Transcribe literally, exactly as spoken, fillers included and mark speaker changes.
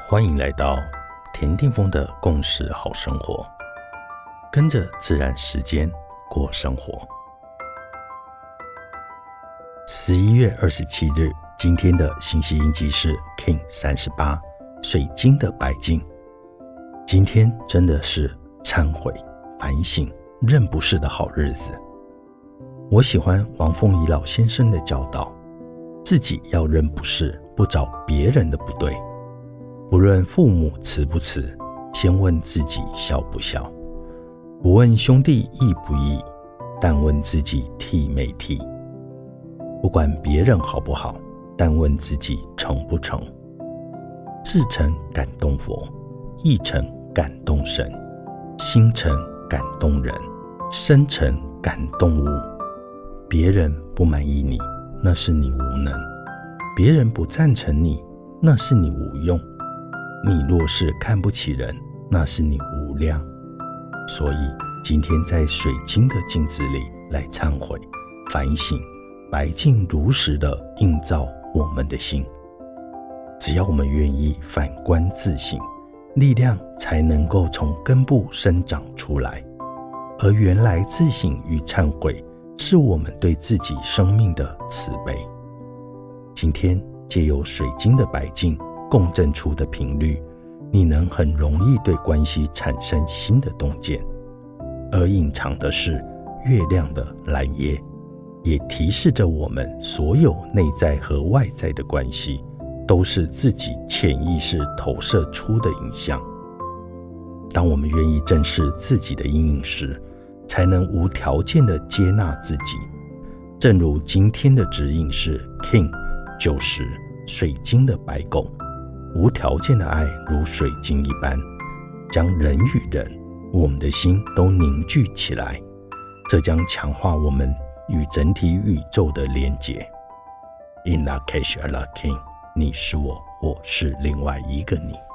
Speaker 1: 欢迎来到田定峰的共识好生活，跟着自然时间过生活。十一月二十七日，今天的星系印记是 King 三十八，水晶的白镜。今天真的是忏悔、反省、认不是的好日子。我喜欢王凤仪老先生的教导，自己要认不是，不找别人的不对。不论父母慈不慈，先问自己孝不孝；不问兄弟义不义，但问自己替没替；不管别人好不好，但问自己诚不诚。至诚感动佛，意诚感动神，心诚感动人，身诚感动物。别人不满意你，那是你无能；别人不赞成你，那是你无用。你若是看不起人，那是你无量。所以今天在水晶的镜子里来忏悔、反省，白镜如实的映照我们的心。只要我们愿意反观自省，力量才能够从根部生长出来。而原来自省与忏悔是我们对自己生命的慈悲。今天借由水晶的白镜共振出的频率，你能很容易对关系产生新的洞见。而隐藏的是月亮的蓝夜，也提示着我们所有内在和外在的关系都是自己潜意识投射出的影像。当我们愿意正视自己的阴影时，才能无条件的接纳自己。正如今天的指引是 King 九十，水晶的白狗。无条件的爱如水晶一般，将人与人，我们的心都凝聚起来，这将强化我们与整体宇宙的连结。In Lak'ech Ala K'in， 你是我，我是另外一个你。